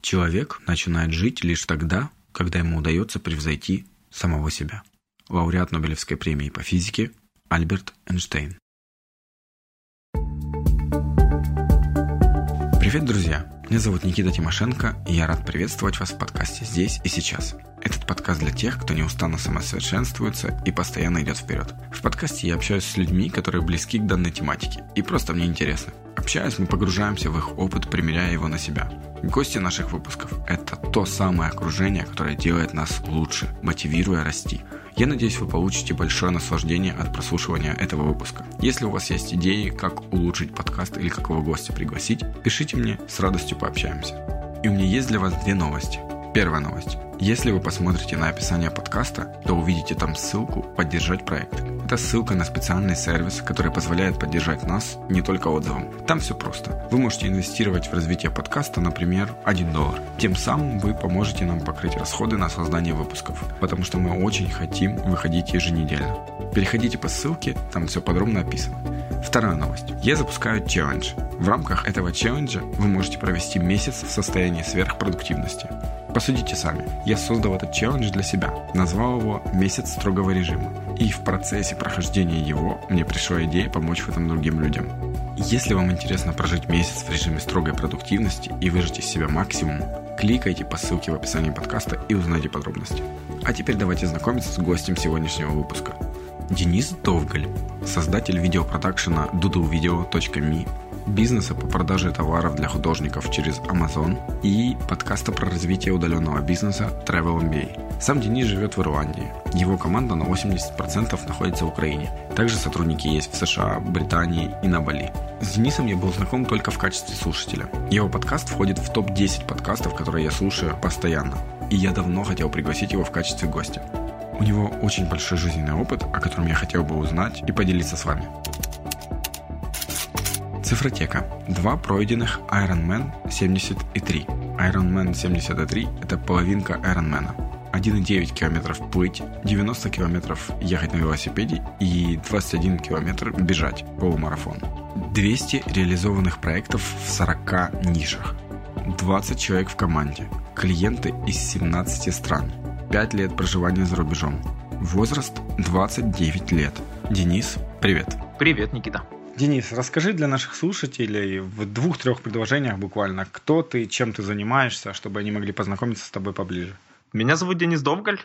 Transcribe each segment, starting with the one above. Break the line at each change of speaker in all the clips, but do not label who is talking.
Человек начинает жить лишь тогда, когда ему удается превзойти самого себя. Лауреат Нобелевской премии по физике Альберт Эйнштейн. Привет, друзья! Меня зовут Никита Тимошенко, и я рад приветствовать вас в подкасте «Здесь и сейчас». Этот подкаст для тех, кто неустанно самосовершенствуется и постоянно идет вперед. В подкасте я общаюсь с людьми, которые близки к данной тематике, и просто мне интересно. Общаясь, мы погружаемся в их опыт, примеряя его на себя. Гости наших выпусков – это то самое окружение, которое делает нас лучше, мотивируя расти. Я надеюсь, вы получите большое наслаждение от прослушивания этого выпуска. Если у вас есть идеи, как улучшить подкаст или какого гостя пригласить, пишите мне, с радостью пообщаемся. И у меня есть для вас две новости. Первая новость. Если вы посмотрите на описание подкаста, то увидите там ссылку «Поддержать проект». Это ссылка на специальный сервис, который позволяет поддержать нас не только отзывом. Там все просто. Вы можете инвестировать в развитие подкаста, например, $1. Тем самым вы поможете нам покрыть расходы на создание выпусков, потому что мы очень хотим выходить еженедельно. Переходите по ссылке, там все подробно описано. Вторая новость. Я запускаю челлендж. В рамках этого челленджа вы можете провести месяц в состоянии сверхпродуктивности. Посудите сами. Я создал этот челлендж для себя. Назвал его «Месяц строгого режима». И в процессе прохождения его мне пришла идея помочь в этом другим людям. Если вам интересно прожить месяц в режиме строгой продуктивности и выжать из себя максимум, кликайте по ссылке в описании подкаста и узнайте подробности. А теперь давайте знакомиться с гостем сегодняшнего выпуска. Денис Довгаль, создатель видеопродакшена doodlevideo.me, бизнеса по продаже товаров для художников через Amazon и подкаста про развитие удаленного бизнеса Travel MBA. Сам Денис живет в Ирландии. Его команда на 80% находится в Украине. Также сотрудники есть в США, Британии и на Бали. С Денисом я был знаком только в качестве слушателя. Его подкаст входит в топ-10 подкастов, которые я слушаю постоянно. И я давно хотел пригласить его в качестве гостя. У него очень большой жизненный опыт, о котором я хотел бы узнать и поделиться с вами. Цифротека. 2 пройденных Ironman 70 и 3. Ironman 70 и 3 – это половинка Ironman. 1,9 километров плыть, 90 километров ехать на велосипеде и 21 километр бежать, полумарафон. 200 реализованных проектов в 40 нишах. 20 человек в команде. Клиенты из 17 стран. 5 лет проживания за рубежом. Возраст 29 лет. Денис, привет.
Привет, Никита.
Денис, расскажи для наших слушателей в 2-3 предложениях буквально, кто ты, чем ты занимаешься, чтобы они могли познакомиться с тобой поближе.
Меня зовут Денис Довгаль,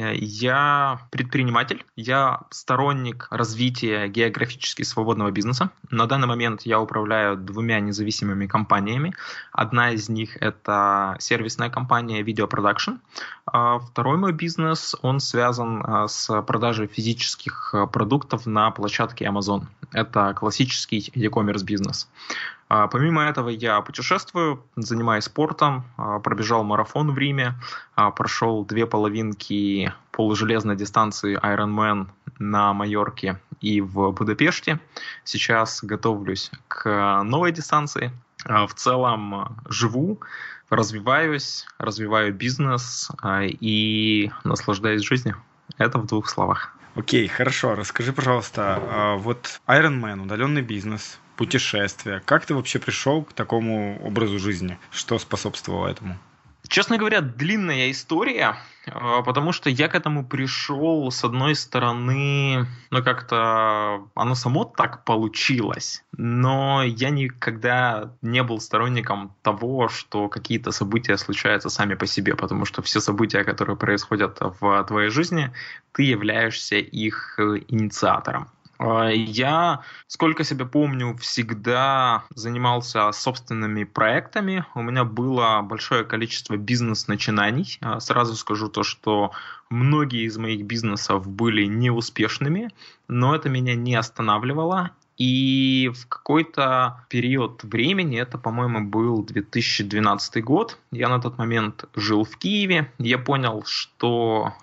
я предприниматель, я сторонник развития географически свободного бизнеса. На данный момент я управляю 2 независимыми компаниями. Одна из них – это сервисная компания Video Production. Второй мой бизнес, он связан с продажей физических продуктов на площадке Amazon. Это классический e-commerce бизнес. Помимо этого я путешествую, занимаюсь спортом, пробежал марафон в Риме, прошел 2 половинки полужелезной дистанции Ironman на Майорке и в Будапеште. Сейчас готовлюсь к новой дистанции. В целом живу, развиваюсь, развиваю бизнес и наслаждаюсь жизнью. Это в 2 словах.
Окей, хорошо. Расскажи, пожалуйста, вот Ironman, удаленный бизнес, путешествия. Как ты вообще пришел к такому образу жизни? Что способствовало этому?
Честно говоря, длинная история, потому что я к этому пришел, с одной стороны, как-то оно само так получилось, но я никогда не был сторонником того, что какие-то события случаются сами по себе, потому что все события, которые происходят в твоей жизни, ты являешься их инициатором. Я, сколько себя помню, всегда занимался собственными проектами. У меня было большое количество бизнес-начинаний. Сразу скажу то, что многие из моих бизнесов были неуспешными, но это меня не останавливало. И в какой-то период времени, это, по-моему, был 2012 год, я на тот момент жил в Киеве, я понял, что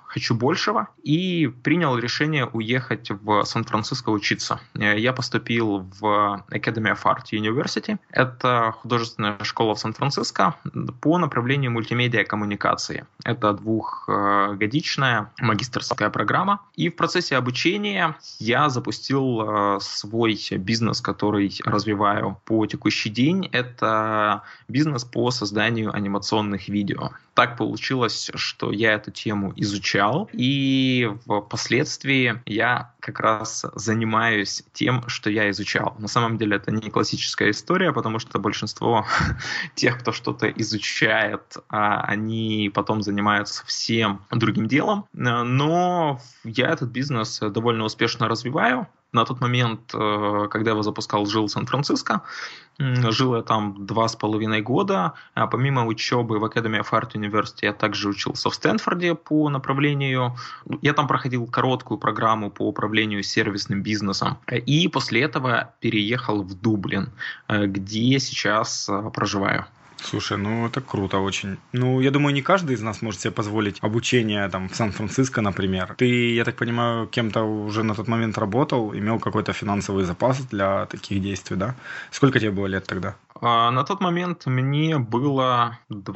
хочу большего, и принял решение уехать в Сан-Франциско учиться. Я поступил в Academy of Art University. Это художественная школа в Сан-Франциско по направлению мультимедиа коммуникации. Это двухгодичная магистерская программа. И в процессе обучения я запустил свой бизнес, который развиваю по текущий день. Это бизнес по созданию анимационных видео. Так получилось, что я эту тему изучал, и впоследствии я как раз занимаюсь тем, что я изучал. На самом деле это не классическая история, потому что большинство тех, кто что-то изучает, они потом занимаются совсем другим делом. Но я этот бизнес довольно успешно развиваю. На тот момент, когда я его запускал, жил в Сан-Франциско. Жил я там 2,5 года. Помимо учебы в Academy of Art University я также учился в Стэнфорде по направлению. Я там проходил короткую программу по управлению сервисным бизнесом. И после этого переехал в Дублин, где сейчас проживаю.
Слушай, ну это круто очень. Ну, я думаю, не каждый из нас может себе позволить обучение там в Сан-Франциско, например. Ты, я так понимаю, кем-то уже на тот момент работал, имел какой-то финансовый запас для таких действий, да? Сколько тебе было лет тогда?
На тот момент мне было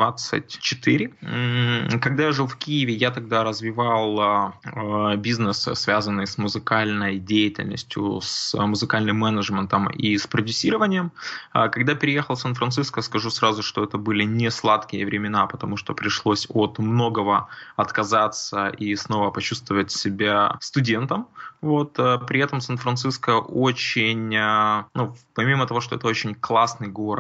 24. Когда я жил в Киеве, я тогда развивал бизнес, связанный с музыкальной деятельностью, с музыкальным менеджментом и с продюсированием. Когда переехал в Сан-Франциско, скажу сразу, что это были не сладкие времена, потому что пришлось от многого отказаться и снова почувствовать себя студентом. Вот. При этом Сан-Франциско очень, помимо того, что это очень классный город,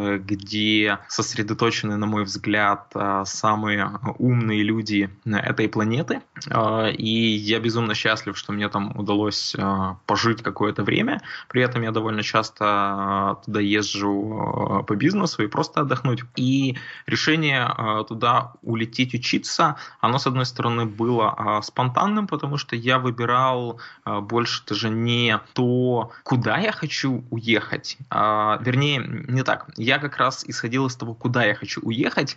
где сосредоточены, на мой взгляд, самые умные люди этой планеты. И я безумно счастлив, что мне там удалось пожить какое-то время. При этом я довольно часто туда езжу по бизнесу и просто отдохнуть. И решение туда улететь учиться, оно, с одной стороны, было спонтанным, потому что я выбирал больше даже не то, куда я хочу уехать, вернее, не так. Я как раз исходил из того, куда я хочу уехать,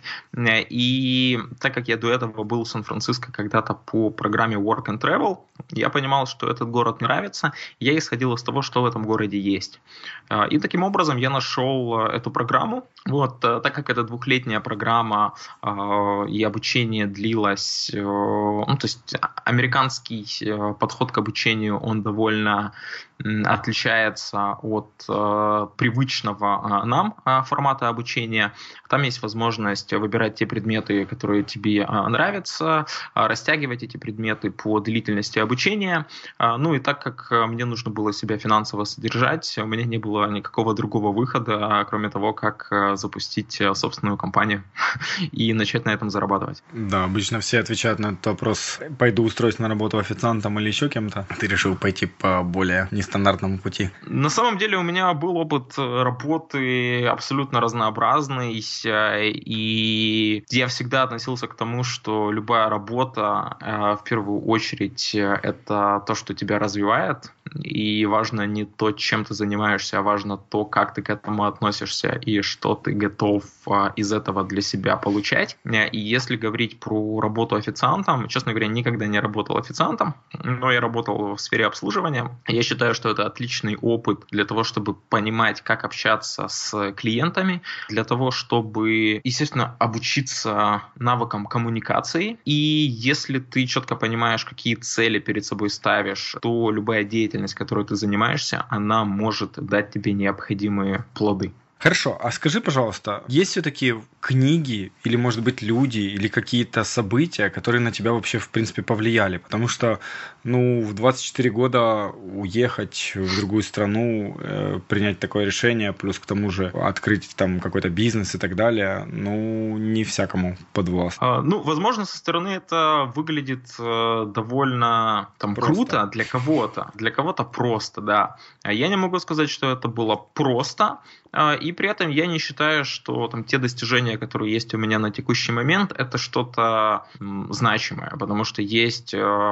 и так как я до этого был в Сан-Франциско когда-то по программе Work and Travel, я понимал, что этот город нравится, я исходил из того, что в этом городе есть. И таким образом я нашел эту программу. Вот, так как это двухлетняя программа и обучение длилось, то есть американский подход к обучению, он довольно отличается от привычного нам формата обучения. Там есть возможность выбирать те предметы, которые тебе нравятся, растягивать эти предметы по длительности обучения. Ну и так как мне нужно было себя финансово содержать, у меня не было никакого другого выхода, кроме того, как запустить собственную компанию и начать на этом зарабатывать.
Да, обычно все отвечают на этот вопрос: пойду устроюсь на работу официантом или еще кем-то. Ты решил пойти по более нестандартному пути?
На самом деле у меня был опыт работы абсолютно разнообразный, и я всегда относился к тому, что любая работа, в первую очередь, это то, что тебя развивает, и важно не то, чем ты занимаешься, а важно то, как ты к этому относишься и что ты готов из этого для себя получать. И если говорить про работу официантом, честно говоря, никогда не работал официантом, но я работал в сфере обслуживания. Я считаю, что это отличный опыт для того, чтобы понимать, как общаться с клиентами, для того, чтобы, естественно, обучиться навыкам коммуникации. И если ты четко понимаешь, какие цели перед собой ставишь, то любая деятельность, которой ты занимаешься, она может дать тебе необходимые плоды.
Хорошо, а скажи, пожалуйста, есть все-таки книги или, может быть, люди или какие-то события, которые на тебя вообще, в принципе, повлияли? Потому что, в 24 года уехать в другую страну, принять такое решение, плюс к тому же открыть там какой-то бизнес и так далее, не всякому подвластно.
Возможно, со стороны это выглядит довольно круто для кого-то просто, да. Я не могу сказать, что это было просто, и при этом я не считаю, что те достижения, которые есть у меня на текущий момент, это что-то значимое, потому что есть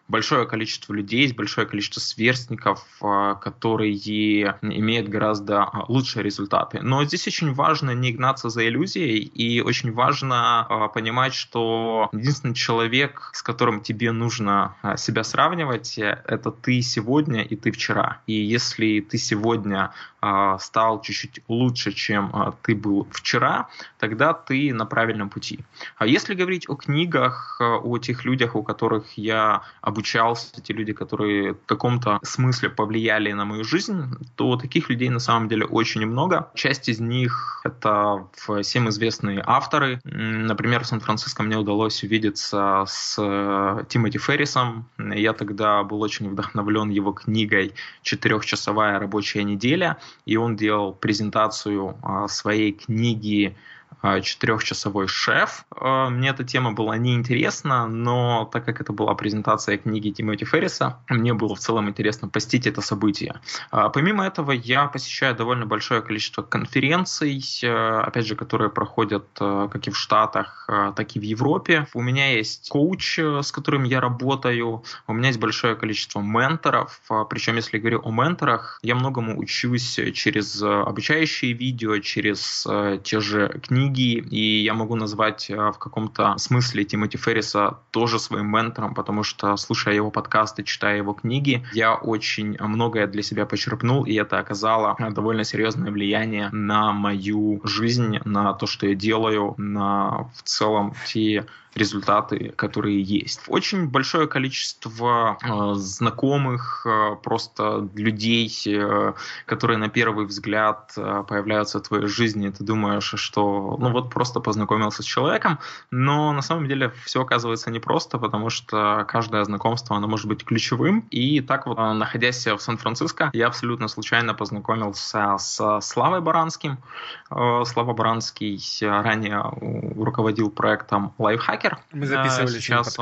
большое количество людей, есть большое количество сверстников, которые имеют гораздо лучшие результаты. Но здесь очень важно не гнаться за иллюзией, и очень важно понимать, что единственный человек, с которым тебе нужно себя сравнивать, это ты сегодня и ты вчера. И если ты сегодня стал чуть-чуть лучше, чем ты был вчера, тогда ты на правильном пути. А если говорить о книгах, о тех людях, у которых я обучался, те люди, которые в каком-то смысле повлияли на мою жизнь, то таких людей на самом деле очень много. Часть из них — это всем известные авторы. Например, в Сан-Франциско мне удалось увидеться с Тимоти Феррисом. Я тогда был очень вдохновлен его книгой «4-часовая рабочая неделя», и он делал презентацию своей книги «4-часовой шеф». Мне эта тема была неинтересна, но так как это была презентация книги Тимоти Ферриса, мне было в целом интересно посетить это событие. Помимо этого, я посещаю довольно большое количество конференций, опять же, которые проходят как и в Штатах, так и в Европе. У меня есть коуч, с которым я работаю, у меня есть большое количество менторов, причем, если говорю о менторах, я многому учусь через обучающие видео, через те же книги, и я могу назвать в каком-то смысле Тимоти Ферриса тоже своим ментором, потому что, слушая его подкасты, читая его книги, я очень многое для себя почерпнул, и это оказало довольно серьезное влияние на мою жизнь, на то, что я делаю, на в целом те результаты, которые есть. Очень большое количество знакомых, просто людей, которые на первый взгляд появляются в твоей жизни, ты думаешь, что просто познакомился с человеком, но на самом деле все оказывается непросто, потому что каждое знакомство, оно может быть ключевым, и так вот, находясь в Сан-Франциско, я абсолютно случайно познакомился с Славой Баранским. Слава Баранский ранее руководил проектом Lifehacker.
Мы записывали
сейчас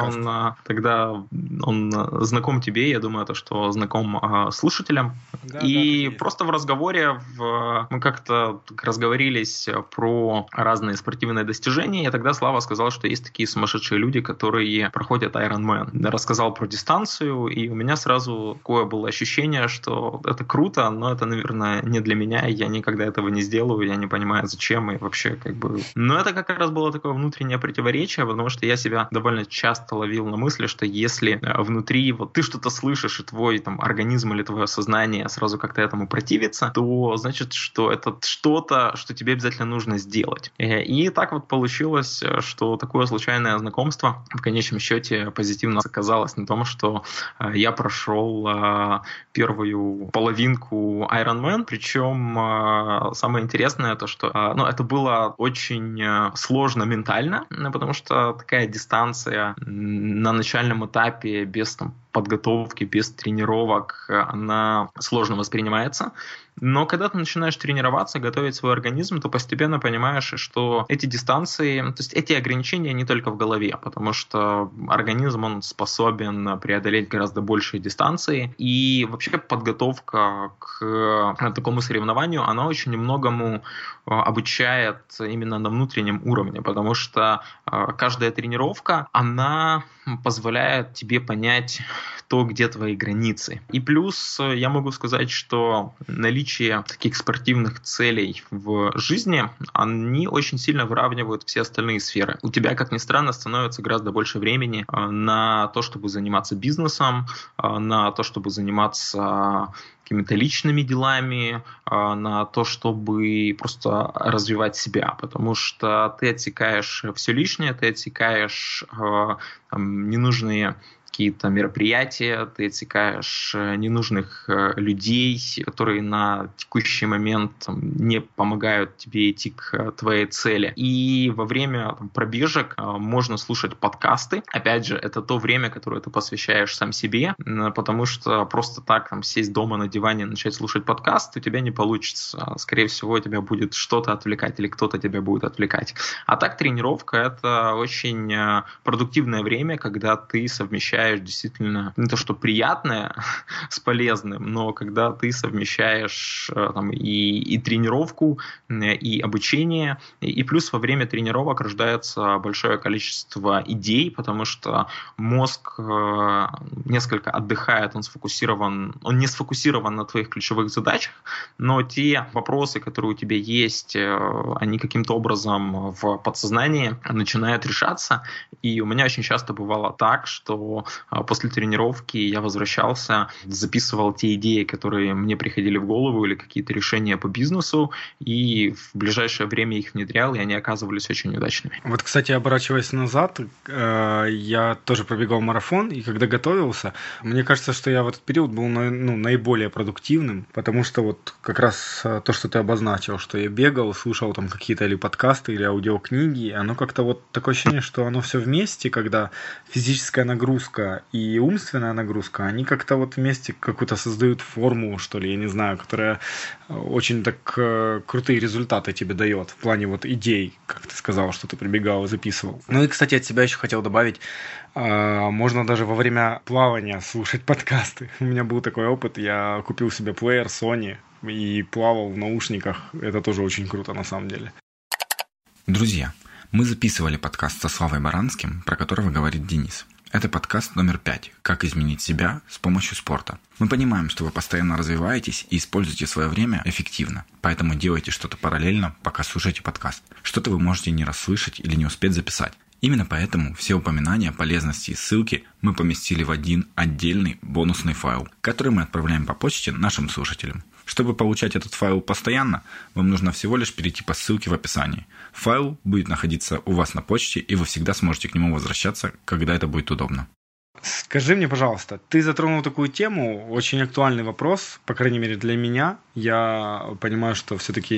он знаком тебе, я думаю, что знаком слушателям. Да, просто в разговоре мы как-то разговорились про разные спортивные достижения, и тогда Слава сказал, что есть такие сумасшедшие люди, которые проходят Ironman. Рассказал про дистанцию, и у меня сразу такое было ощущение, что это круто, но это, наверное, не для меня, я никогда этого не сделаю, я не понимаю, зачем, и вообще Но это как раз было такое внутреннее противоречие, потому что я себя довольно часто ловил на мысли, что если внутри ты что-то слышишь, и твой организм или твое сознание сразу как-то этому противится, то значит, что это что-то, что тебе обязательно нужно сделать. И так вот получилось, что такое случайное знакомство в конечном счете позитивно оказалось на том, что я прошел первую половинку Ironman, причем самое интересное то, что это было очень сложно ментально, потому что такая дистанция на начальном этапе без подготовки, без тренировок, она сложно воспринимается. Но когда ты начинаешь тренироваться, готовить свой организм, то постепенно понимаешь, что эти дистанции, то есть эти ограничения не только в голове, потому что организм, он способен преодолеть гораздо большие дистанции. И вообще подготовка к такому соревнованию, она очень многому обучает именно на внутреннем уровне, потому что каждая тренировка, она позволяет тебе понять то, где твои границы. И плюс я могу сказать, что наличие таких спортивных целей в жизни, они очень сильно выравнивают все остальные сферы. У тебя, как ни странно, становится гораздо больше времени на то, чтобы заниматься бизнесом, на то, чтобы заниматься какими-то личными делами, на то, чтобы просто развивать себя, потому что ты отсекаешь все лишнее, ты отсекаешь ненужные какие-то мероприятия, ты отсекаешь ненужных людей, которые на текущий момент не помогают тебе идти к твоей цели. И во время пробежек можно слушать подкасты. Опять же, это то время, которое ты посвящаешь сам себе, потому что просто так сесть дома на диване и начать слушать подкаст у тебя не получится. Скорее всего, тебя будет что-то отвлекать или кто-то тебя будет отвлекать. А так тренировка — это очень продуктивное время, когда ты совмещаешь совмещаешь действительно не то, что приятное с полезным, но когда ты совмещаешь там, и тренировку, и обучение, и плюс во время тренировок рождается большое количество идей, потому что мозг несколько отдыхает, он не сфокусирован на твоих ключевых задачах, но те вопросы, которые у тебя есть, они каким-то образом в подсознании начинают решаться. И у меня очень часто бывало так, что после тренировки я возвращался, записывал те идеи, которые мне приходили в голову, или какие-то решения по бизнесу, и в ближайшее время их внедрял, и они оказывались очень удачными.
Вот, кстати, оборачиваясь назад, я тоже пробегал марафон, и когда готовился, мне кажется, что я в этот период был наиболее продуктивным, потому что вот как раз то, что ты обозначил, что я бегал, слушал там какие-то или подкасты, или аудиокниги, оно как-то вот такое ощущение, что оно все вместе, когда физическая нагрузка и умственная нагрузка, они как-то вот вместе какую-то создают форму, что ли, я не знаю, которая очень так крутые результаты тебе дает в плане вот идей, как ты сказал, что ты прибегал и записывал. Ну и, кстати, от себя еще хотел добавить, можно даже во время плавания слушать подкасты. У меня был такой опыт, я купил себе плеер Sony и плавал в наушниках. Это тоже очень круто на самом деле. Друзья, мы записывали подкаст со Славой Баранским, про которого говорит Денис. Это подкаст номер 5 «Как изменить себя с помощью спорта». Мы понимаем, что вы постоянно развиваетесь и используете свое время эффективно, поэтому делайте что-то параллельно, пока слушаете подкаст. Что-то вы можете не расслышать или не успеть записать. Именно поэтому все упоминания, полезности и ссылки мы поместили в один отдельный бонусный файл, который мы отправляем по почте нашим слушателям. Чтобы получать этот файл постоянно, вам нужно всего лишь перейти по ссылке в описании. Файл будет находиться у вас на почте, и вы всегда сможете к нему возвращаться, когда это будет удобно. Скажи мне, пожалуйста, ты затронул такую тему, очень актуальный вопрос, по крайней мере для меня. Я понимаю, что все-таки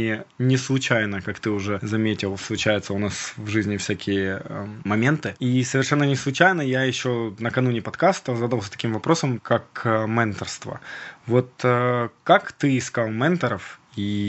не случайно, как ты уже заметил, случаются у нас в жизни всякие моменты. И совершенно не случайно я еще накануне подкаста задался таким вопросом, как менторство. Вот как ты искал менторов?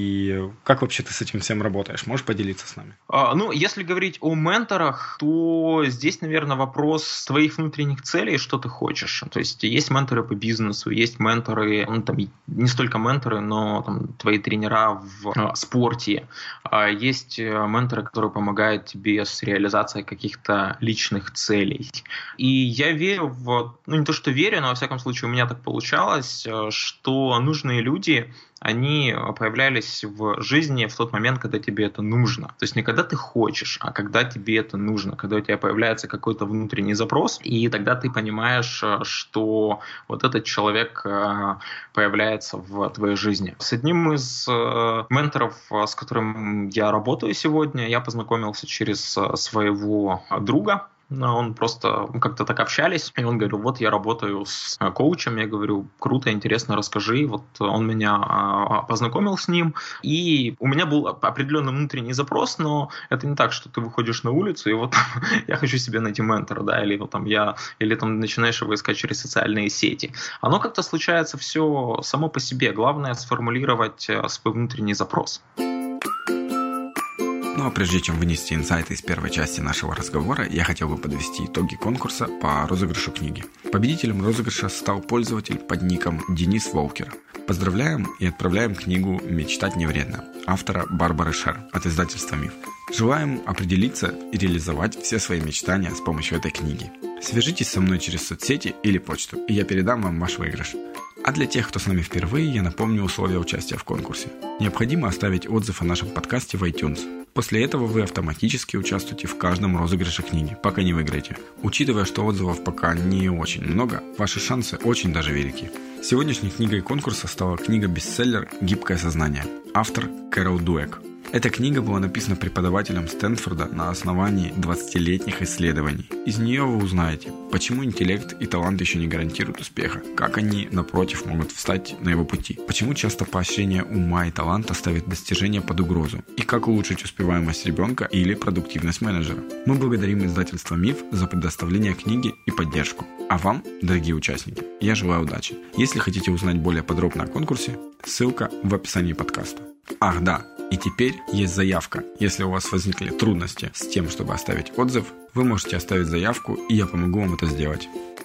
И как вообще ты с этим всем работаешь? Можешь поделиться с нами?
Если говорить о менторах, то здесь, наверное, вопрос твоих внутренних целей, что ты хочешь. То есть есть менторы по бизнесу, есть менторы, не столько менторы, но твои тренера в спорте. Есть менторы, которые помогают тебе с реализацией каких-то личных целей. И я верю не то что верю, но во всяком случае у меня так получалось, что нужные люди, они появлялись в жизни в тот момент, когда тебе это нужно. То есть не когда ты хочешь, а когда тебе это нужно, когда у тебя появляется какой-то внутренний запрос, и тогда ты понимаешь, что вот этот человек появляется в твоей жизни. С одним из менторов, с которым я работаю сегодня, я познакомился через своего друга. Он просто как-то так общались, и он говорил, вот я работаю с коучем, я говорю, круто, интересно, расскажи. Вот он меня познакомил с ним, и у меня был определенный внутренний запрос, но это не так, что ты выходишь на улицу, и вот я хочу себе найти ментора, да, или начинаешь его искать через социальные сети. Оно как-то случается все само по себе, главное сформулировать свой внутренний запрос. Ну а прежде чем вынести инсайты из первой части нашего разговора, я хотел бы подвести итоги конкурса по розыгрышу книги. Победителем розыгрыша стал пользователь под ником Денис Волкер. Поздравляем и отправляем книгу «Мечтать не вредно» автора Барбары Шер от издательства «Миф». Желаем определиться и реализовать все свои мечтания с помощью этой книги. Свяжитесь со мной через соцсети или почту, и я передам вам ваш выигрыш. А для тех, кто с нами впервые, я напомню условия участия в конкурсе. Необходимо оставить отзыв о нашем подкасте в iTunes. После этого вы автоматически участвуете в каждом розыгрыше книги, пока не выиграете. Учитывая, что отзывов пока не очень много, ваши шансы очень даже велики. Сегодняшней книгой конкурса стала книга-бестселлер «Гибкое сознание». Автор Кэрол Дуэк. Эта книга была написана преподавателем Стэнфорда на основании 20-летних исследований. Из нее вы узнаете, почему интеллект и талант еще не гарантируют успеха, как они, напротив, могут встать на его пути, почему часто поощрение ума и таланта ставит достижения под угрозу, и как улучшить успеваемость ребенка или продуктивность менеджера. Мы благодарим издательство «Миф» за предоставление книги и поддержку. А вам, дорогие участники, я желаю удачи. Если хотите узнать более подробно о конкурсе, ссылка в описании подкаста. Ах да, и теперь есть заявка. Если у вас возникли трудности с тем, чтобы оставить отзыв, вы можете оставить заявку, и я помогу вам это сделать.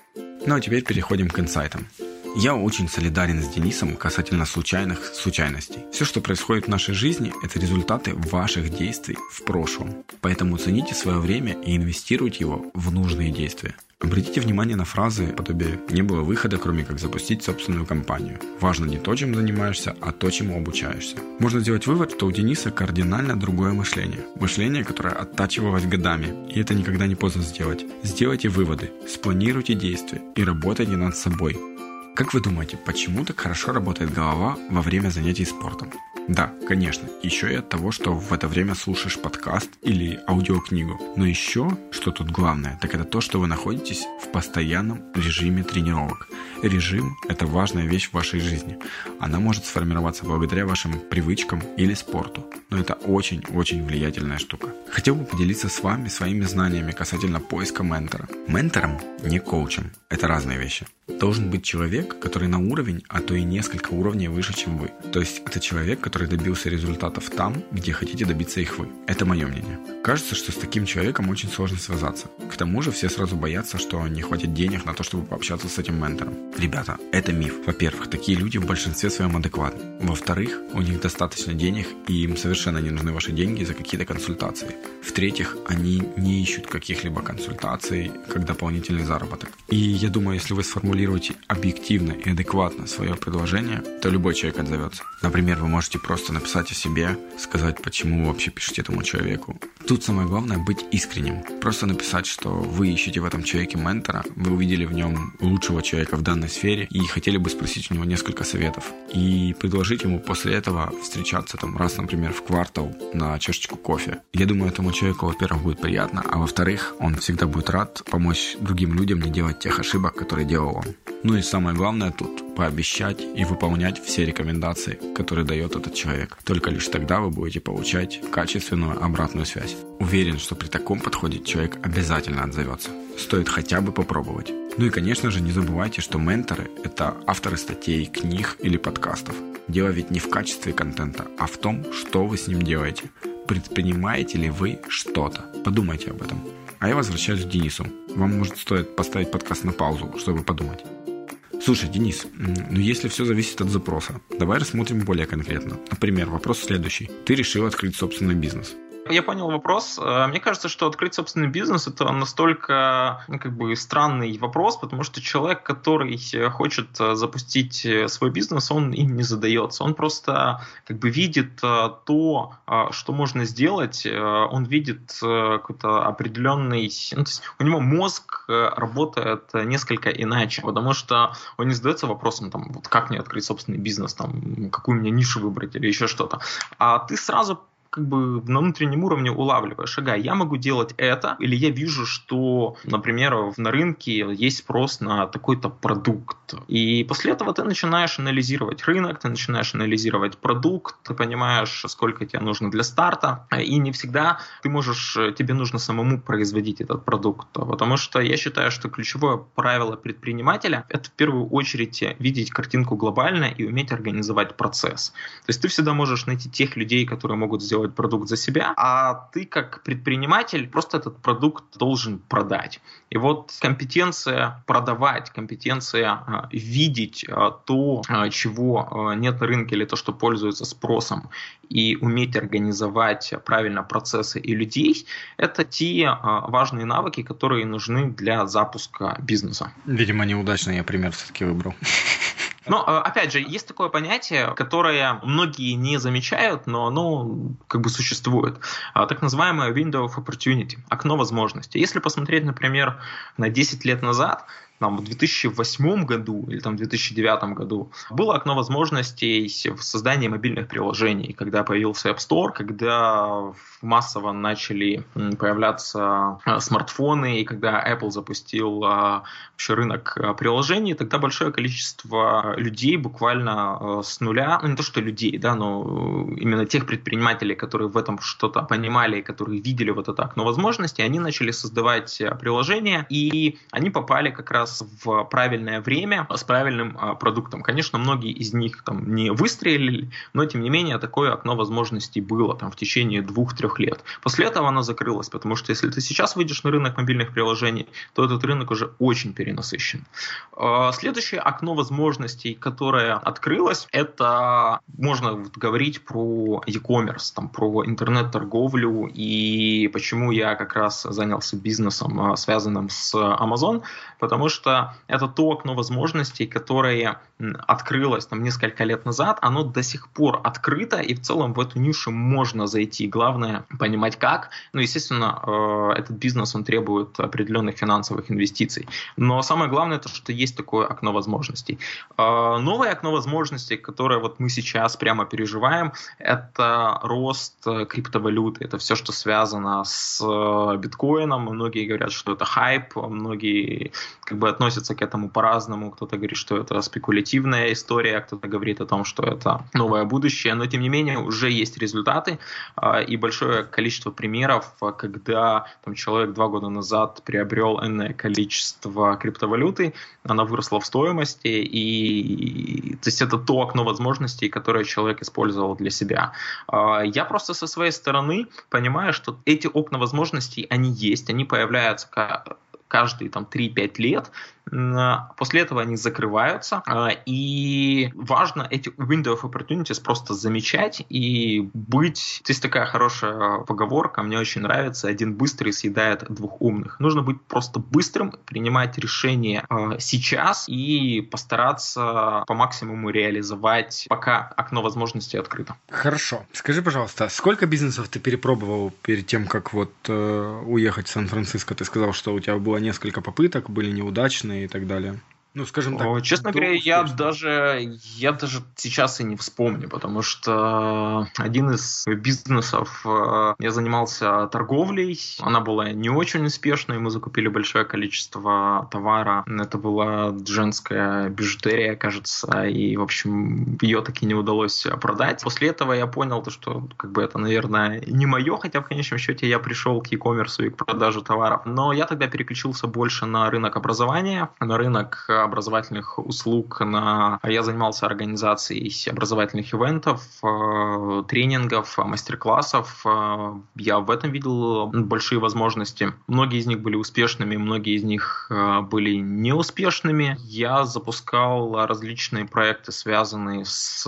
Ну а теперь переходим к инсайтам. Я очень солидарен с Денисом касательно случайностей. Все, что происходит в нашей жизни, это результаты ваших действий в прошлом. Поэтому цените свое время и инвестируйте его в нужные действия. Обратите внимание на фразы подобие «не было выхода, кроме как запустить собственную компанию». Важно не то, чем занимаешься, а то, чему обучаешься. Можно сделать вывод, что у Дениса кардинально другое мышление. Мышление, которое оттачивалось годами. И это никогда не поздно сделать. Сделайте выводы, спланируйте действия и работайте над собой. Как вы думаете, почему так хорошо работает голова во время занятий спортом? Да, конечно, еще и от того, что в это время слушаешь подкаст или аудиокнигу. Но еще, что тут главное, так это то, что вы находитесь в постоянном режиме тренировок. Режим – это важная вещь в вашей жизни. Она может сформироваться благодаря вашим привычкам или спорту. Но это очень-очень влиятельная штука. Хотел бы поделиться с вами своими знаниями касательно поиска ментора. Ментором, не коучем. Это разные вещи. Должен быть человек, который на уровень, а то и несколько уровней выше, чем вы. То есть это человек, который добился результатов там, где хотите добиться их вы. Это мое мнение. Кажется, что с таким человеком очень сложно связаться. К тому же все сразу боятся, что не хватит денег на то, чтобы пообщаться с этим ментором. Ребята, это миф. Во-первых, такие люди в большинстве своем адекватны. Во-вторых, у них достаточно денег, и им совершенно не нужны ваши деньги за какие-то консультации. В-третьих, они не ищут каких-либо консультаций как дополнительный заработок. И я думаю, если вы сформулируете объективно и адекватно свое предложение, то любой человек отзовется. Например, вы можете просто написать о себе, сказать, почему вы вообще пишете этому человеку. Тут самое главное быть искренним. Просто написать, что вы ищете в этом человеке ментора, вы увидели в нем лучшего человека в данной сфере и хотели бы спросить у него несколько советов. И предложить ему после этого встречаться раз, например, в квартал на чашечку кофе. Я думаю, этому человеку, во-первых, будет приятно, а во-вторых, он всегда будет рад помочь другим людям не делать тех ошибок, которые делал он. Ну и самое главное тут пообещать и выполнять все рекомендации, которые дает этот человек. Только лишь тогда вы будете получать качественную обратную связь. Уверен, что при таком подходе человек обязательно отзовется. Стоит хотя бы попробовать. Ну и, конечно же, не забывайте, что менторы – это авторы статей, книг или подкастов. Дело ведь не в качестве контента, а в том, что вы с ним делаете. Предпринимаете ли вы что-то? Подумайте об этом. А я возвращаюсь к Денису. Вам, может, стоит поставить подкаст на паузу, чтобы подумать. Слушай, Денис, если все зависит от запроса, давай рассмотрим более конкретно. Например, вопрос следующий. Ты решил открыть собственный бизнес.
Я понял вопрос. Мне кажется, что открыть собственный бизнес – это настолько странный вопрос, потому что человек, который хочет запустить свой бизнес, он им не задается. Он просто видит то, что можно сделать, он видит какой-то определенный… то есть у него мозг работает несколько иначе, потому что он не задается вопросом, как мне открыть собственный бизнес, какую мне нишу выбрать или еще что-то. А ты сразу на внутреннем уровне улавливаешь, я могу делать это, или я вижу, что, например, на рынке есть спрос на такой-то продукт. И после этого ты начинаешь анализировать рынок, ты начинаешь анализировать продукт, ты понимаешь, сколько тебе нужно для старта, и не всегда тебе нужно самому производить этот продукт. Потому что я считаю, что ключевое правило предпринимателя – это в первую очередь видеть картинку глобально и уметь организовать процесс. То есть ты всегда можешь найти тех людей, которые могут сделать продукт за себя, а ты как предприниматель просто этот продукт должен продать. И вот компетенция продавать, компетенция видеть то, чего нет на рынке, или то, что пользуется спросом, и уметь организовать правильно процессы и людей, это те важные навыки, которые нужны для запуска бизнеса.
Видимо, неудачный я пример все-таки выбрал.
Но, опять же, есть такое понятие, которое многие не замечают, но оно существует. Так называемое window of opportunity, окно возможностей. Если посмотреть, например, на 10 лет назад, в 2008 году или в 2009 году было окно возможностей в создании мобильных приложений, когда появился App Store, когда массово начали появляться смартфоны, и когда Apple запустил вообще рынок приложений, тогда большое количество людей буквально с нуля, не то что людей, но именно тех предпринимателей, которые в этом что-то понимали, которые видели вот это окно возможностей, они начали создавать приложения, и они попали как раз раз в правильное время с правильным продуктом. Конечно, многие из них там не выстрелили, но тем не менее такое окно возможностей было там в течение 2-3 лет. После этого оно закрылось, потому что если ты сейчас выйдешь на рынок мобильных приложений, то этот рынок уже очень перенасыщен. Следующее окно возможностей, которое открылось, это можно говорить про e-commerce, там, про интернет-торговлю, и почему я как раз занялся бизнесом, связанным с Amazon, потому что это то окно возможностей, которое открылось там несколько лет назад, оно до сих пор открыто, и в целом в эту нишу можно зайти. Главное понимать как. Ну, естественно, этот бизнес, он требует определенных финансовых инвестиций. Но самое главное, то, что есть такое окно возможностей. Новое окно возможностей, которое вот мы сейчас прямо переживаем, это рост криптовалюты. Это все, что связано с биткоином. Многие говорят, что это хайп, многие как бы относятся к этому по-разному. Кто-то говорит, что это спекулятивная история, кто-то говорит о том, что это новое будущее. Но, тем не менее, уже есть результаты и большое количество примеров, когда там, человек 2 года назад приобрел энное количество криптовалюты, она выросла в стоимости, и то есть это то окно возможностей, которое человек использовал для себя. Я просто со своей стороны понимаю, что эти окна возможностей, они есть, они появляются каждые там 3-5 лет, после этого они закрываются, и важно эти window of opportunities просто замечать и быть... То есть такая хорошая поговорка, мне очень нравится: один быстрый съедает 2 умных. Нужно быть просто быстрым, принимать решения сейчас и постараться по максимуму реализовать, пока окно возможностей открыто.
Хорошо. Скажи, пожалуйста, сколько бизнесов ты перепробовал перед тем, как вот уехать в Сан-Франциско? Ты сказал, что у тебя было несколько попыток, были неудачные и так далее. Ну, скажем так.
Честно говоря, я даже сейчас и не вспомню, потому что один из бизнесов, я занимался торговлей, она была не очень успешной, мы закупили большое количество товара, это была женская бижутерия, кажется, и, в общем, ее таки не удалось продать. После этого я понял, что как бы это, наверное, не мое, хотя в конечном счете я пришел к e-commerce и к продаже товаров, но я тогда переключился больше на рынок образования, на рынок образовательных услуг. Я занимался организацией образовательных ивентов, тренингов, мастер-классов. Я в этом видел большие возможности. Многие из них были успешными, многие из них были неуспешными. Я запускал различные проекты, связанные с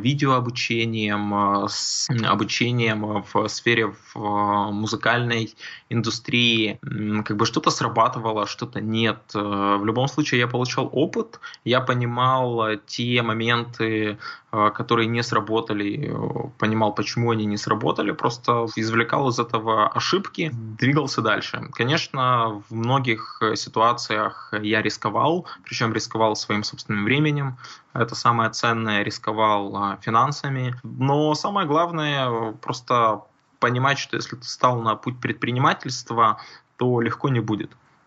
видеообучением, с обучением в сфере музыкальной индустрии. Как бы что-то срабатывало, что-то нет. В любом случае я получал опыт, я понимал те моменты, которые не сработали, понимал, почему они не сработали, просто извлекал из этого ошибки, двигался дальше. Конечно, в многих ситуациях я рисковал, причем рисковал своим собственным временем, это самое ценное, рисковал финансами, но самое главное просто понимать, что если ты стал на путь предпринимательства, то легко не будет.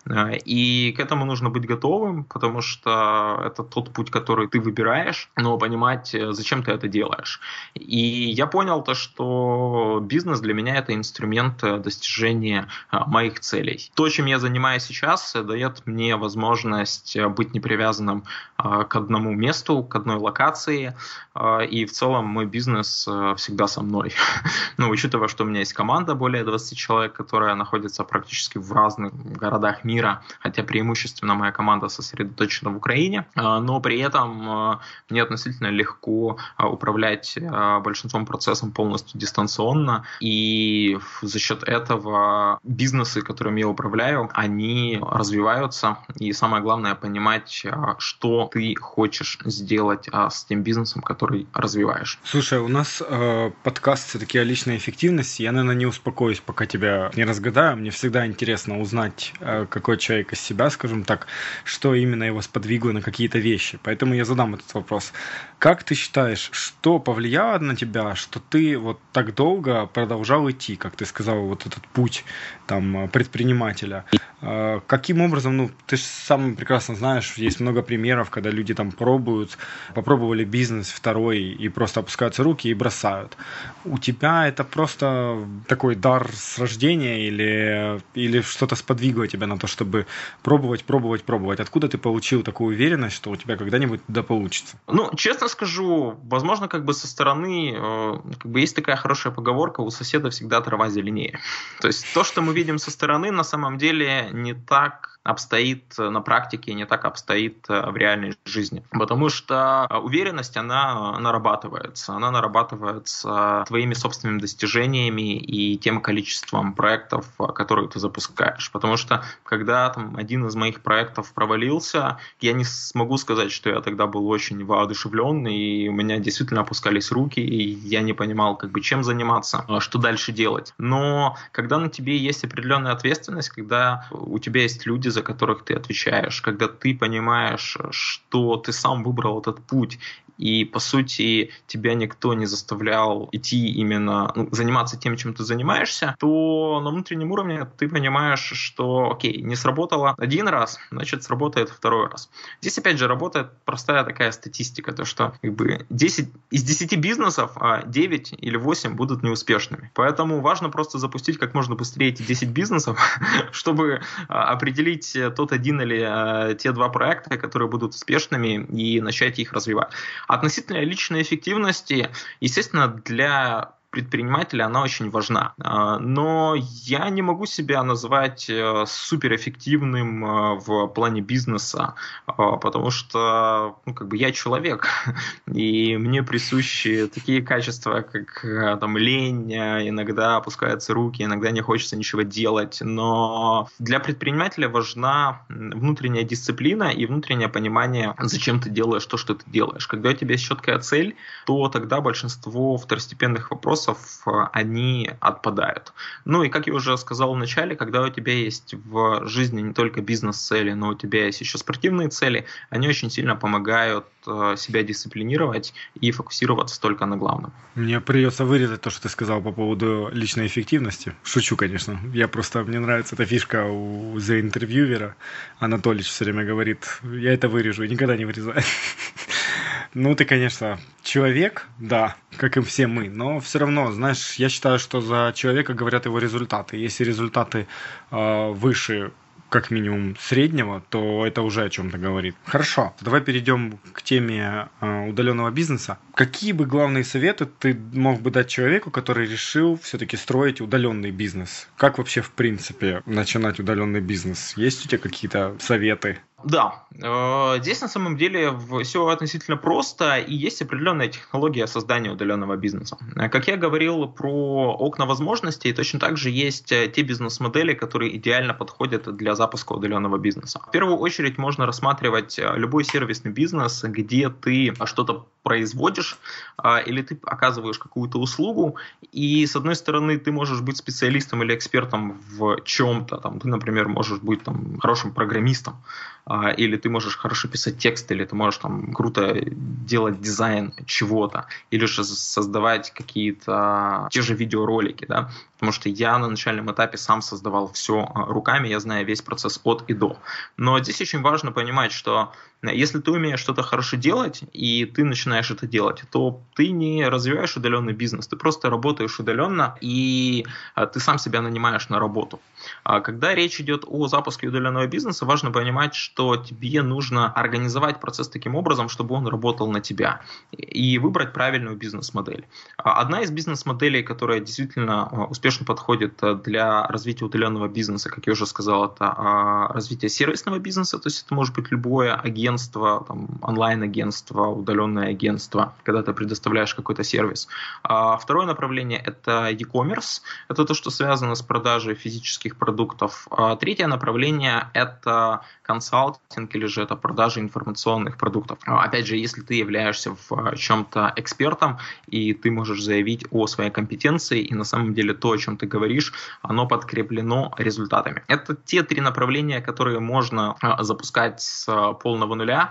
И к этому нужно быть готовым, потому что это тот путь, который ты выбираешь, но понимать, зачем ты это делаешь. И я понял то, что бизнес для меня это инструмент достижения моих целей. То, чем я занимаюсь сейчас, дает мне возможность быть непривязанным к одному месту, к одной локации, и в целом мой бизнес всегда со мной. Ну, учитывая, что у меня есть команда более 20 человек, которая находится практически в разных городах мира, хотя преимущественно моя команда сосредоточена в Украине, но при этом мне относительно легко управлять большинством процессов полностью дистанционно, и за счет этого бизнесы, которыми я управляю, они развиваются, и самое главное понимать, что ты хочешь сделать с тем бизнесом, который развиваешь.
Слушай, у нас подкаст все-таки о личной эффективности. Я, наверное, не успокоюсь, пока тебя не разгадаю. Мне всегда интересно узнать, какой человек из себя, скажем так, что именно его сподвигло на какие-то вещи. Поэтому я задам этот вопрос. Как ты считаешь, что повлияло на тебя, что ты вот так долго продолжал идти, как ты сказал, вот этот путь там предпринимателя? Каким образом, ну, ты же сам прекрасно знаешь, есть много примеров, когда люди там попробовали бизнес второй и просто опускаются руки и бросают. У тебя это просто такой дар с рождения или что-то сподвигло тебя на то, чтобы пробовать. Откуда ты получил такую уверенность, что у тебя когда-нибудь да получится?
Честно скажу, возможно, со стороны, есть такая хорошая поговорка: у соседа всегда трава зеленее. То есть то, что мы видим со стороны, на самом деле не так обстоит на практике, не так обстоит в реальной жизни. Потому что уверенность, она нарабатывается. Она нарабатывается твоими собственными достижениями и тем количеством проектов, которые ты запускаешь. Потому что когда один из моих проектов провалился, я не смогу сказать, что я тогда был очень воодушевлен, и у меня действительно опускались руки, и я не понимал, чем заниматься, что дальше делать. Но когда на тебе есть определенная ответственность, когда у тебя есть люди, за которых ты отвечаешь, когда ты понимаешь, что ты сам выбрал этот путь, и, по сути, тебя никто не заставлял идти именно, заниматься тем, чем ты занимаешься, то на внутреннем уровне ты понимаешь, что, окей, не сработало один раз, значит, сработает второй раз. Здесь, опять же, работает простая такая статистика, то что 10 из 10 бизнесов 9 или 8 будут неуспешными. Поэтому важно просто запустить как можно быстрее эти 10 бизнесов, чтобы определить тот один или те два проекта, которые будут успешными, и начать их развивать. Относительно личной эффективности, естественно, для предпринимателя она очень важна. Но я не могу себя назвать суперэффективным в плане бизнеса, потому что я человек, и мне присущи такие качества, как лень, иногда опускаются руки, иногда не хочется ничего делать. Но для предпринимателя важна внутренняя дисциплина и внутреннее понимание, зачем ты делаешь то, что ты делаешь. Когда у тебя есть четкая цель, то тогда большинство второстепенных вопросов они отпадают. И как я уже сказал в начале, когда у тебя есть в жизни не только бизнес-цели, но у тебя есть еще спортивные цели, они очень сильно помогают себя дисциплинировать и фокусироваться только на главном.
Мне придется вырезать то, что ты сказал по поводу личной эффективности. Шучу, конечно. Мне нравится эта фишка у The Interviewer. Анатолич все время говорит, я это вырежу и никогда не вырезаю. Ты, конечно, человек, да, как и все мы, но все равно, знаешь, я считаю, что за человека говорят его результаты. Если результаты выше, как минимум, среднего, то это уже о чем-то говорит. Хорошо, давай перейдем к теме удаленного бизнеса. Какие бы главные советы ты мог бы дать человеку, который решил все-таки строить удаленный бизнес? Как вообще, в принципе, начинать удаленный бизнес? Есть у тебя какие-то советы?
Да, здесь на самом деле все относительно просто, и есть определенная технология создания удаленного бизнеса. Как я говорил про окна возможностей, точно так же есть те бизнес-модели, которые идеально подходят для запуска удаленного бизнеса. В первую очередь можно рассматривать любой сервисный бизнес, где ты что-то производишь или ты оказываешь какую-то услугу, и с одной стороны ты можешь быть специалистом или экспертом в чем-то, ты, например, можешь быть хорошим программистом, или ты можешь хорошо писать текст, или ты можешь круто делать дизайн чего-то, или же создавать какие-то те же видеоролики, да, потому что я на начальном этапе сам создавал все руками, я знаю весь процесс от и до. Но здесь очень важно понимать, что если ты умеешь что-то хорошо делать, и ты начинаешь это делать, то ты не развиваешь удаленный бизнес, ты просто работаешь удаленно, и ты сам себя нанимаешь на работу. Когда речь идет о запуске удаленного бизнеса, важно понимать, что тебе нужно организовать процесс таким образом, чтобы он работал на тебя, и выбрать правильную бизнес-модель. Одна из бизнес-моделей, которая действительно успешно подходит для развития удаленного бизнеса, как я уже сказал, это развитие сервисного бизнеса, то есть это может быть любое агентство, онлайн-агентство, удаленное агентство, когда ты предоставляешь какой-то сервис. Второе направление – это e-commerce, это то, что связано с продажей физических продуктов. Третье направление – это консалтинг или же это продажа информационных продуктов. Опять же, если ты являешься в чем-то экспертом, и ты можешь заявить о своей компетенции, и на самом деле то, о чем ты говоришь, оно подкреплено результатами. Это те три направления, которые можно запускать с полного нуля, нуля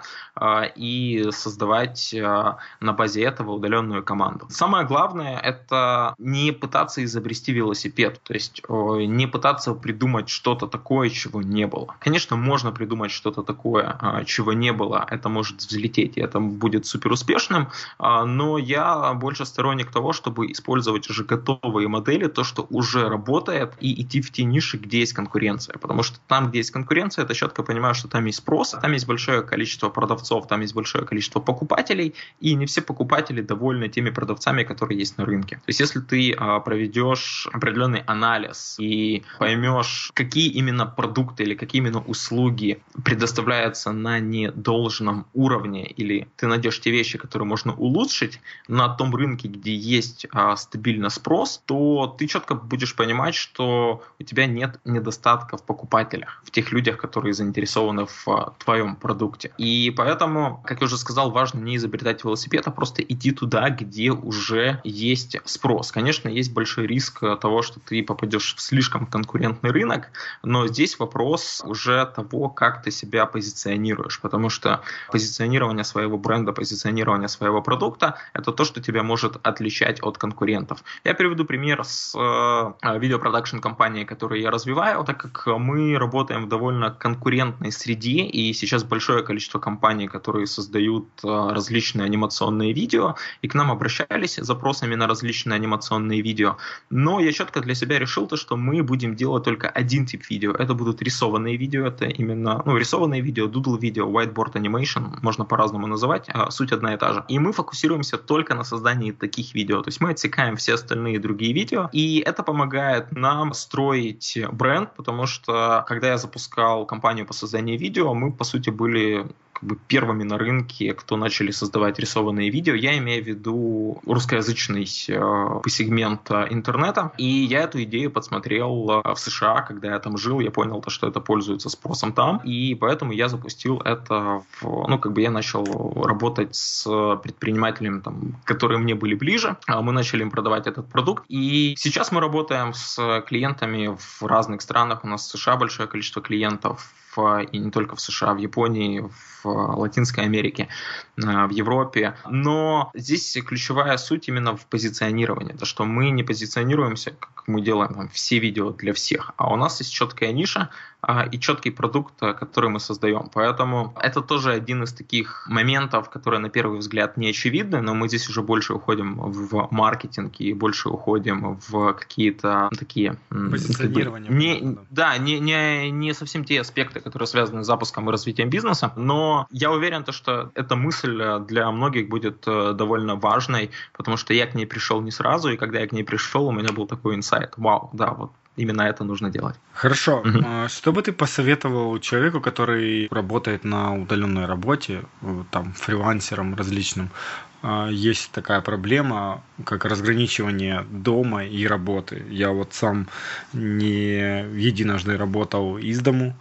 и создавать на базе этого удаленную команду. Самое главное — это не пытаться изобрести велосипед, то есть не пытаться придумать что-то такое, чего не было. Конечно, можно придумать что-то такое, чего не было, это может взлететь, и это будет супер успешным, но я больше сторонник того, чтобы использовать уже готовые модели, то, что уже работает, и идти в те ниши, где есть конкуренция. Потому что там, где есть конкуренция, я четко понимаю, что там есть спрос, там есть большое количество продавцов, там есть большое количество покупателей, и не все покупатели довольны теми продавцами, которые есть на рынке. То есть, если ты проведешь определенный анализ и поймешь, какие именно продукты или какие именно услуги предоставляются на недолжном уровне, или ты найдешь те вещи, которые можно улучшить на том рынке, где есть стабильный спрос, то ты четко будешь понимать, что у тебя нет недостатка в покупателях, в тех людях, которые заинтересованы в твоем продукте. И поэтому, как я уже сказал, важно не изобретать велосипед, а просто идти туда, где уже есть спрос. Конечно, есть большой риск того, что ты попадешь в слишком конкурентный рынок, но здесь вопрос уже того, как ты себя позиционируешь, потому что позиционирование своего бренда, позиционирование своего продукта — это то, что тебя может отличать от конкурентов. Я приведу пример с видеопродакшн компанией, которую я развиваю, так как мы работаем в довольно конкурентной среде, и сейчас большое количество компаний, которые создают различные анимационные видео, и к нам обращались с запросами на различные анимационные видео. Но я четко для себя решил то, что мы будем делать только один тип видео. Это будут рисованные видео, это именно рисованные видео, doodle видео, whiteboard animation, можно по-разному называть, суть одна и та же. И мы фокусируемся только на создании таких видео. То есть мы отсекаем все остальные другие видео, и это помогает нам строить бренд, потому что когда я запускал компанию по созданию видео, мы, по сути, были первыми на рынке, кто начали создавать рисованные видео. Я имею в виду русскоязычный сегмент интернета. И я эту идею подсмотрел в США, когда я там жил. Я понял, что это пользуется спросом там. И поэтому я запустил это я начал работать с предпринимателями, которые мне были ближе. Мы начали им продавать этот продукт. И сейчас мы работаем с клиентами в разных странах. У нас в США большое количество клиентов, и не только в США, в Японии, в Латинской Америке, в Европе. Но здесь ключевая суть именно в позиционировании. То, что мы не позиционируемся, как мы делаем все видео для всех, а у нас есть четкая ниша и четкий продукт, который мы создаем. Поэтому это тоже один из таких моментов, которые на первый взгляд не очевидны, но мы здесь уже больше уходим в маркетинг и больше уходим в какие-то такие...
Позиционирование.
Не совсем те аспекты, которые связаны с запуском и развитием бизнеса, но я уверен, что эта мысль для многих будет довольно важной, потому что я к ней пришел не сразу, и когда я к ней пришел, у меня был такой инсайт. Вау, да, вот именно это нужно делать.
Хорошо. Что бы ты посоветовал человеку, который работает на удаленной работе, фрилансером различным? Есть такая проблема, как разграничивание дома и работы. Я сам не единожды работал из дому,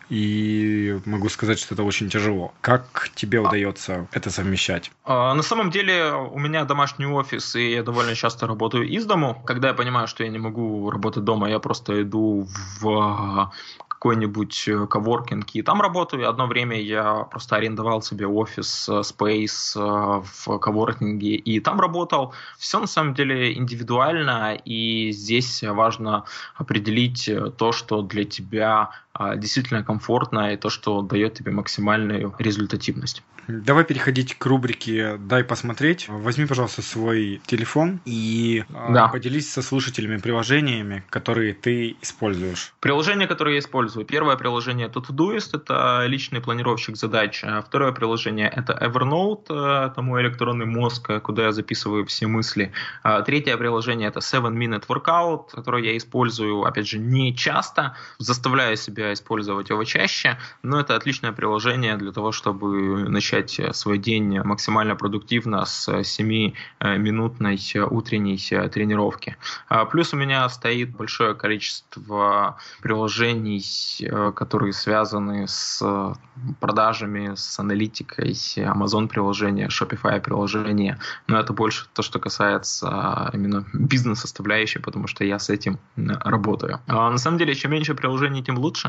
и могу сказать, что это очень тяжело. Как тебе удается это совмещать?
На самом деле у меня домашний офис, и я довольно часто работаю из дому. Когда я понимаю, что я не могу работать дома, я просто иду в какой-нибудь коворкинг и там работаю. И одно время я просто арендовал себе офис, спейс в коворкинге и там работал. Все на самом деле индивидуально, и здесь важно определить то, что для тебя действительно комфортно, и то, что дает тебе максимальную результативность.
Давай переходить к рубрике «Дай посмотреть». Возьми, пожалуйста, свой телефон и поделись со слушателями приложениями, которые ты используешь.
Приложения, которые я использую. Первое приложение — это Todoist, это личный планировщик задач. Второе приложение — это Evernote, это мой электронный мозг, куда я записываю все мысли. Третье приложение — это 7-Minute Workout, которое я использую, опять же, не часто, заставляю себя использовать его чаще, но это отличное приложение для того, чтобы начать свой день максимально продуктивно с 7-минутной утренней тренировки. Плюс у меня стоит большое количество приложений, которые связаны с продажами, с аналитикой, Amazon приложения, Shopify приложения, но это больше то, что касается именно бизнес-составляющей, потому что я с этим работаю. На самом деле, чем меньше приложений, тем лучше.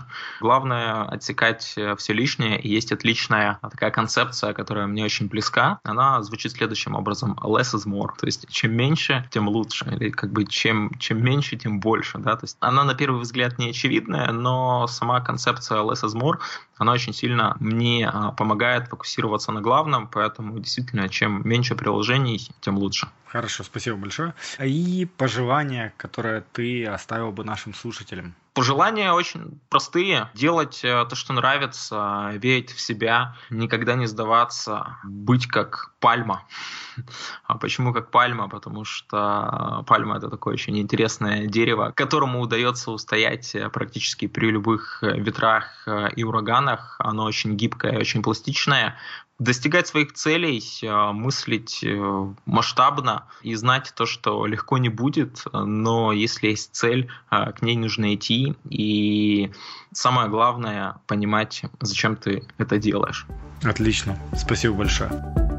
Главное отсекать все лишнее. И есть отличная такая концепция, которая мне очень близка. Она звучит следующим образом: less is more. То есть чем меньше, тем лучше. Или чем меньше, тем больше. Да? То есть она на первый взгляд не очевидная, но сама концепция less is more, она очень сильно мне помогает фокусироваться на главном, поэтому действительно, чем меньше приложений, тем лучше.
Хорошо, спасибо большое. И пожелания, которые ты оставил бы нашим слушателям?
Пожелания очень простые. Делать то, что нравится, верить в себя, никогда не сдаваться, быть как пальма. А почему как пальма? Потому что пальма — это такое очень интересное дерево, которому удается устоять практически при любых ветрах и ураганах. Оно очень гибкое, очень пластичное. Достигать своих целей, мыслить масштабно и знать то, что легко не будет, но если есть цель, к ней нужно идти. И самое главное — понимать, зачем ты это делаешь.
Отлично. Спасибо большое.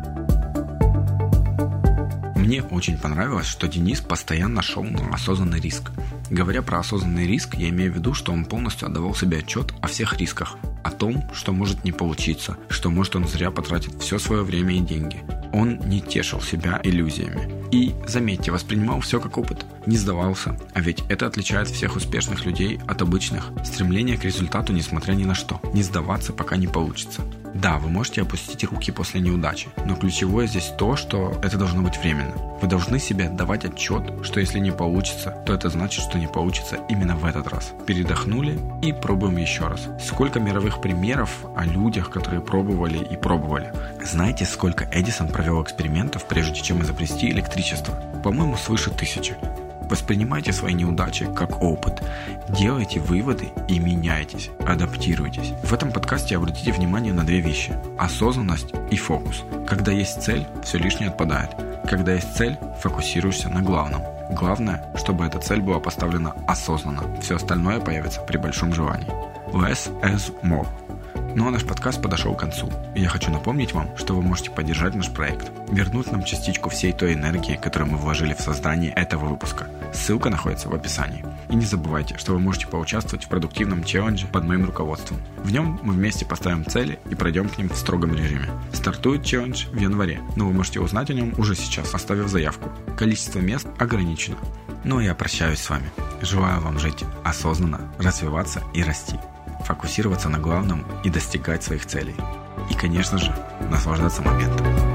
Мне очень понравилось, что Денис постоянно шел на осознанный риск. Говоря про осознанный риск, я имею в виду, что он полностью отдавал себе отчет о всех рисках, о том, что может не получиться, что может он зря потратит все свое время и деньги. Он не тешил себя иллюзиями. И, заметьте, воспринимал все как опыт, не сдавался, а ведь это отличает всех успешных людей от обычных. Стремление к результату несмотря ни на что, не сдаваться, пока не получится. Да, вы можете опустить руки после неудачи, но ключевое здесь то, что это должно быть временно. Вы должны себе отдавать отчет, что если не получится, то это значит, что не получится именно в этот раз. Передохнули и пробуем еще раз. Сколько мировых примеров о людях, которые пробовали и пробовали. Знаете, сколько Эдисон провел экспериментов, прежде чем изобрести электричество? По-моему, свыше 1000. Воспринимайте свои неудачи как опыт, делайте выводы и меняйтесь, адаптируйтесь. В этом подкасте обратите внимание на две вещи – осознанность и фокус. Когда есть цель, все лишнее отпадает. Когда есть цель, фокусируешься на главном. Главное, чтобы эта цель была поставлена осознанно. Все остальное появится при большом желании. Less is more. Ну а наш подкаст подошел к концу, и я хочу напомнить вам, что вы можете поддержать наш проект, вернуть нам частичку всей той энергии, которую мы вложили в создание этого выпуска. Ссылка находится в описании. И не забывайте, что вы можете поучаствовать в продуктивном челлендже под моим руководством. В нем мы вместе поставим цели и пройдем к ним в строгом режиме. Стартует челлендж в январе, но вы можете узнать о нем уже сейчас, оставив заявку. Количество мест ограничено. Ну а я прощаюсь с вами. Желаю вам жить осознанно, развиваться и расти. Фокусироваться на главном и достигать своих целей. И, конечно же, наслаждаться моментом.